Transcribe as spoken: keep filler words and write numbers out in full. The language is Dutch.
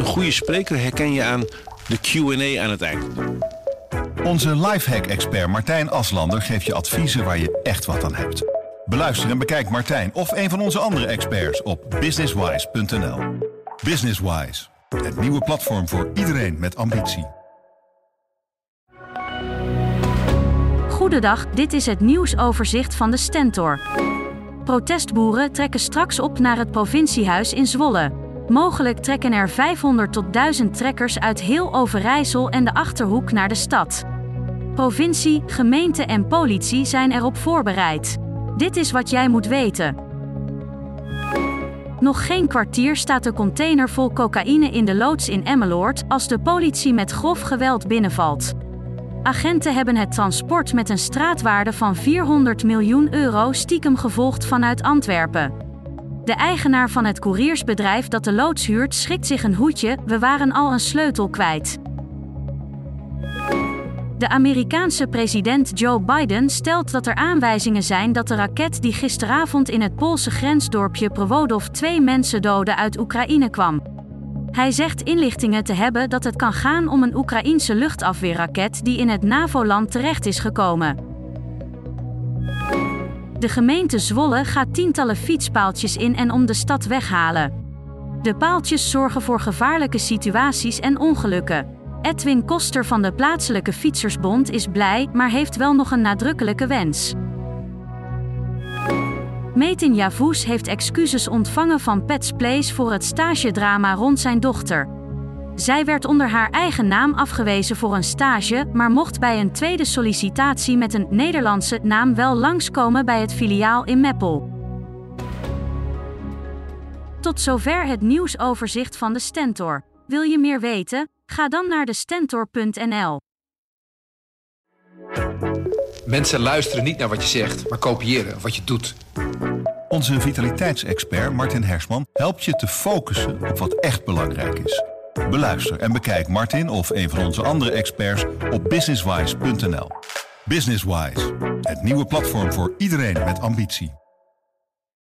goede spreker herken je aan de Q en A aan het eind. Onze lifehack-expert Martijn Aslander geeft je adviezen waar je echt wat aan hebt. Beluister en bekijk Martijn of een van onze andere experts op businesswise punt n l. Businesswise, het nieuwe platform voor iedereen met ambitie. Goedendag, dit is het nieuwsoverzicht van de Stentor. Protestboeren trekken straks op naar het provinciehuis in Zwolle. Mogelijk trekken er vijfhonderd tot duizend trekkers uit heel Overijssel en de Achterhoek naar de stad. Provincie, gemeente en politie zijn erop voorbereid. Dit is wat jij moet weten. Nog geen kwartier staat de container vol cocaïne in de loods in Emmeloord als de politie met grof geweld binnenvalt. Agenten hebben het transport met een straatwaarde van vierhonderd miljoen euro stiekem gevolgd vanuit Antwerpen. De eigenaar van het couriersbedrijf dat de loods huurt schikt zich een hoedje, we waren al een sleutel kwijt. De Amerikaanse president Joe Biden stelt dat er aanwijzingen zijn dat de raket die gisteravond in het Poolse grensdorpje Przewodów twee mensen doodde uit Oekraïne kwam. Hij zegt inlichtingen te hebben dat het kan gaan om een Oekraïense luchtafweerraket die in het NAVO-land terecht is gekomen. De gemeente Zwolle gaat tientallen fietspaaltjes in en om de stad weghalen. De paaltjes zorgen voor gevaarlijke situaties en ongelukken. Edwin Koster van de plaatselijke fietsersbond is blij, maar heeft wel nog een nadrukkelijke wens. Metin Yavuz heeft excuses ontvangen van Pat's Place voor het stagedrama rond zijn dochter. Zij werd onder haar eigen naam afgewezen voor een stage, maar mocht bij een tweede sollicitatie met een Nederlandse naam wel langskomen bij het filiaal in Meppel. Tot zover het nieuwsoverzicht van de Stentor. Wil je meer weten? Ga dan naar de stentor punt n l. Mensen luisteren niet naar wat je zegt, maar kopiëren wat je doet. Onze vitaliteitsexpert Martin Hersman helpt je te focussen op wat echt belangrijk is. Beluister en bekijk Martin of een van onze andere experts op businesswise punt n l. Businesswise, het nieuwe platform voor iedereen met ambitie.